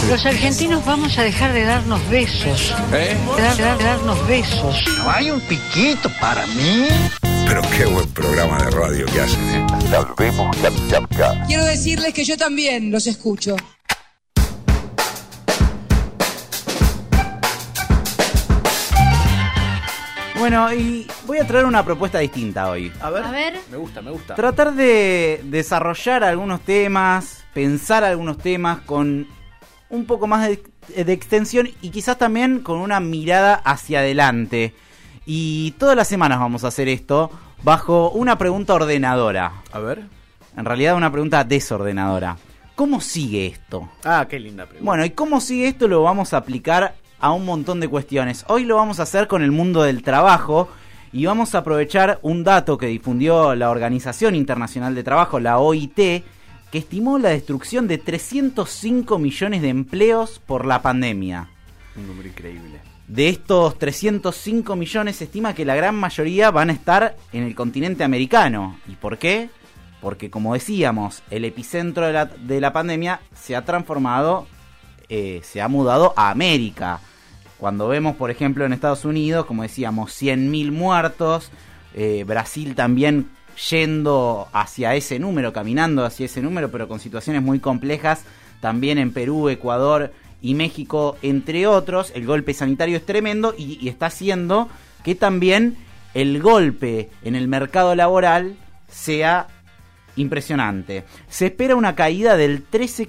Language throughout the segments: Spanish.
Los argentinos vamos a dejar de darnos besos. De darnos besos. ¿No hay un piquito para mí? Pero qué buen programa de radio que hacen, ¿eh? Salvemos Kamchatka. Quiero decirles que yo también los escucho. Bueno, y voy a traer una propuesta distinta hoy. A ver. Me gusta. Tratar de desarrollar algunos temas, pensar algunos temas con un poco más de extensión y quizás también con una mirada hacia adelante. Y todas las semanas vamos a hacer esto bajo una pregunta ordenadora. A ver. En realidad una pregunta desordenadora. ¿Cómo sigue esto? Ah, qué linda pregunta. Bueno, y cómo sigue esto lo vamos a aplicar a un montón de cuestiones. Hoy lo vamos a hacer con el mundo del trabajo y vamos a aprovechar un dato que difundió la Organización Internacional de Trabajo, la OIT, que estimó la destrucción de 305 millones de empleos por la pandemia. Un número increíble. De estos 305 millones se estima que la gran mayoría van a estar en el continente americano. ¿Y por qué? Porque, como decíamos, el epicentro de la pandemia se ha transformado, se ha mudado a América. Cuando vemos, por ejemplo, en Estados Unidos, como decíamos, 100.000 muertos, Brasil también yendo hacia ese número, caminando hacia ese número, pero con situaciones muy complejas, también en Perú, Ecuador y México, entre otros. El golpe sanitario es tremendo y está haciendo que también el golpe en el mercado laboral sea impresionante. Se espera una caída del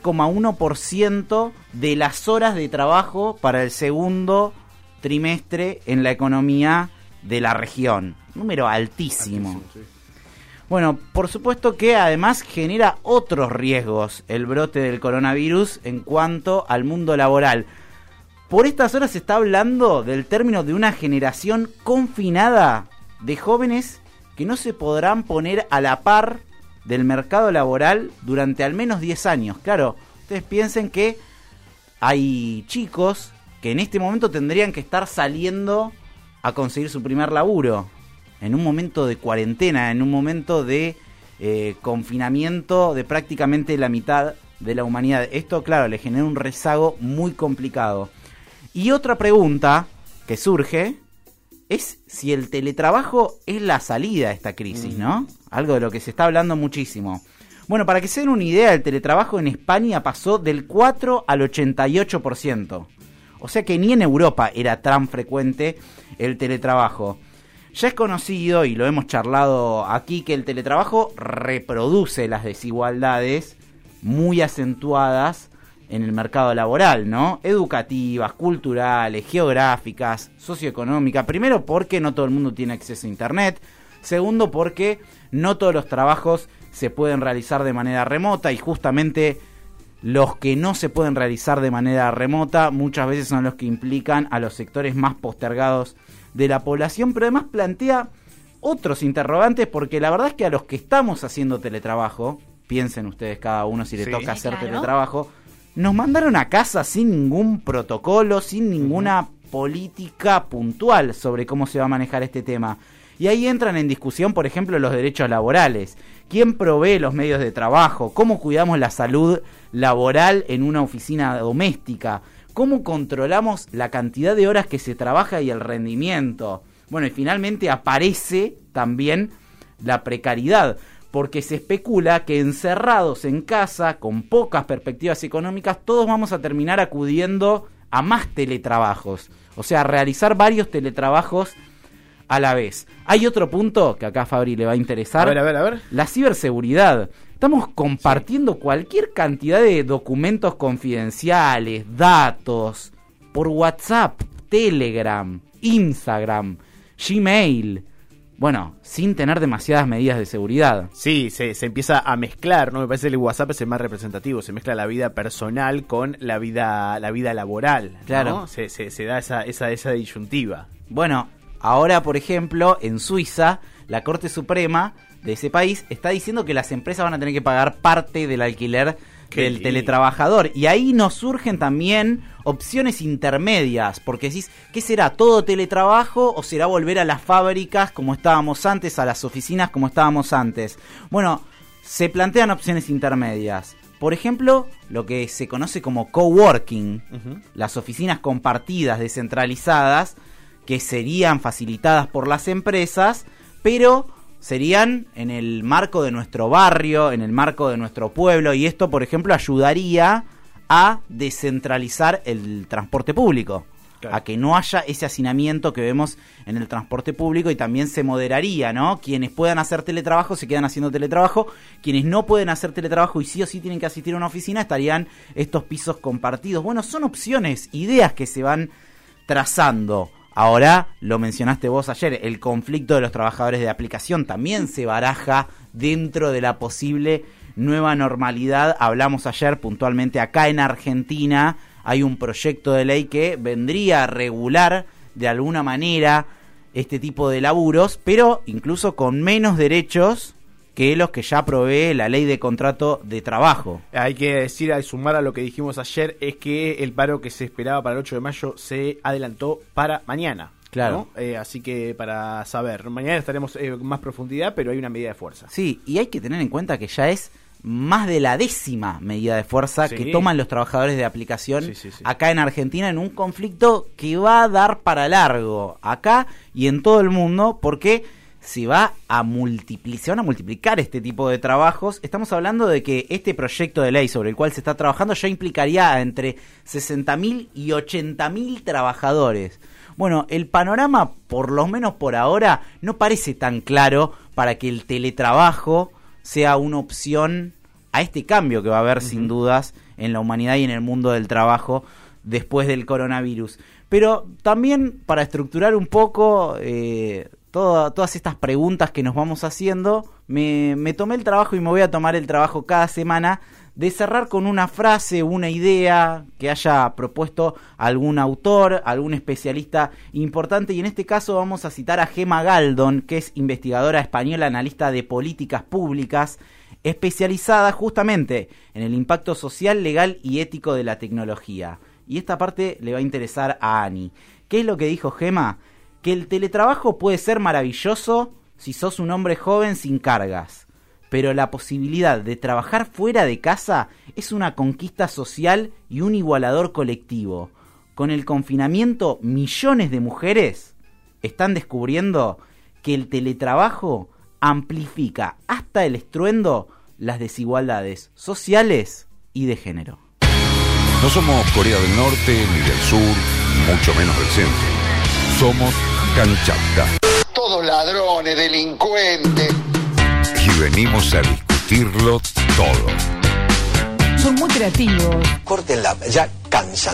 13,1% de las horas de trabajo para el segundo trimestre en la economía de la región. Número altísimo. Sí. Bueno, por supuesto que además genera otros riesgos el brote del coronavirus en cuanto al mundo laboral. Por estas horas se está hablando del término de una generación confinada de jóvenes que no se podrán poner a la par del mercado laboral durante al menos 10 años. Claro, ustedes piensen que hay chicos que en este momento tendrían que estar saliendo a conseguir su primer laburo, en un momento de cuarentena, en un momento de confinamiento de prácticamente la mitad de la humanidad. Esto, claro, le genera un rezago muy complicado. Y otra pregunta que surge es si el teletrabajo es la salida a esta crisis, ¿no? Algo de lo que se está hablando muchísimo. Bueno, para que se den una idea, el teletrabajo en España pasó del 4 al 88%. O sea que ni en Europa era tan frecuente el teletrabajo. Ya es conocido, y lo hemos charlado aquí, que el teletrabajo reproduce las desigualdades muy acentuadas en el mercado laboral, ¿no? Educativas, culturales, geográficas, socioeconómicas. Primero, porque no todo el mundo tiene acceso a internet. Segundo, porque no todos los trabajos se pueden realizar de manera remota, y justamente los que no se pueden realizar de manera remota muchas veces son los que implican a los sectores más postergados de la población, pero además plantea otros interrogantes, porque la verdad es que a los que estamos haciendo teletrabajo, piensen ustedes cada uno si le toca hacer teletrabajo, nos mandaron a casa sin ningún protocolo, sin ninguna política puntual sobre cómo se va a manejar este tema. Y ahí entran en discusión, por ejemplo, los derechos laborales. ¿Quién provee los medios de trabajo? ¿Cómo cuidamos la salud laboral en una oficina doméstica? ¿Cómo controlamos la cantidad de horas que se trabaja y el rendimiento? Bueno, y finalmente aparece también la precariedad, porque se especula que encerrados en casa, con pocas perspectivas económicas, todos vamos a terminar acudiendo a más teletrabajos. O sea, a realizar varios teletrabajos a la vez. Hay otro punto que acá a Fabri le va a interesar. A ver. La ciberseguridad. Estamos compartiendo cualquier cantidad de documentos confidenciales, datos, por WhatsApp, Telegram, Instagram, Gmail. Bueno, sin tener demasiadas medidas de seguridad. Sí, se empieza a mezclar, ¿no? Me parece que el WhatsApp es el más representativo. Se mezcla la vida personal con la vida laboral, ¿no? Claro. Se da esa disyuntiva. Bueno, ahora, por ejemplo, en Suiza, la Corte Suprema de ese país está diciendo que las empresas van a tener que pagar parte del alquiler del teletrabajador. Y ahí nos surgen también opciones intermedias, porque decís, ¿qué será? ¿Todo teletrabajo o será volver a las fábricas como estábamos antes, a las oficinas como estábamos antes? Bueno, se plantean opciones intermedias. Por ejemplo, lo que se conoce como coworking, las oficinas compartidas, descentralizadas, que serían facilitadas por las empresas, pero serían en el marco de nuestro barrio, en el marco de nuestro pueblo, y esto, por ejemplo, ayudaría a descentralizar el transporte público. Claro. A que no haya ese hacinamiento que vemos en el transporte público, y también se moderaría, ¿no? Quienes puedan hacer teletrabajo se quedan haciendo teletrabajo, quienes no pueden hacer teletrabajo y sí o sí tienen que asistir a una oficina, estarían estos pisos compartidos. Bueno, son opciones, ideas que se van trazando. Ahora, lo mencionaste vos ayer, el conflicto de los trabajadores de aplicación también se baraja dentro de la posible nueva normalidad. Hablamos ayer puntualmente acá en Argentina. Hay un proyecto de ley que vendría a regular de alguna manera este tipo de laburos, pero incluso con menos derechos que los que ya provee la ley de contrato de trabajo. Hay que decir, al sumar a lo que dijimos ayer, es que el paro que se esperaba para el 8 de mayo se adelantó para mañana. Claro. ¿No? Así que para saber, mañana estaremos en más profundidad, pero hay una medida de fuerza. Sí, y hay que tener en cuenta que ya es más de la 10ª medida de fuerza que toman los trabajadores de aplicación acá en Argentina, en un conflicto que va a dar para largo acá y en todo el mundo, porque se van a multiplicar este tipo de trabajos. Estamos hablando de que este proyecto de ley sobre el cual se está trabajando ya implicaría entre 60.000 y 80.000 trabajadores. Bueno, el panorama, por lo menos por ahora, no parece tan claro para que el teletrabajo sea una opción a este cambio que va a haber sin dudas en la humanidad y en el mundo del trabajo después del coronavirus. Pero también para estructurar un poco todas estas preguntas que nos vamos haciendo, me tomé el trabajo y me voy a tomar el trabajo cada semana de cerrar con una frase, una idea que haya propuesto algún autor, algún especialista importante, y en este caso vamos a citar a Gemma Galdón, que es investigadora española, analista de políticas públicas, especializada justamente en el impacto social, legal y ético de la tecnología. Y esta parte le va a interesar a Ani. ¿Qué es lo que dijo Gemma? Que el teletrabajo puede ser maravilloso si sos un hombre joven sin cargas, pero la posibilidad de trabajar fuera de casa es una conquista social y un igualador colectivo. Con el confinamiento, millones de mujeres están descubriendo que el teletrabajo amplifica hasta el estruendo las desigualdades sociales y de género. No somos Corea del Norte ni del Sur, mucho menos del centro. Somos Kamchatka. Todos ladrones, delincuentes. Y venimos a discutirlo todo. Son muy creativos. Córtenla, ya cansan.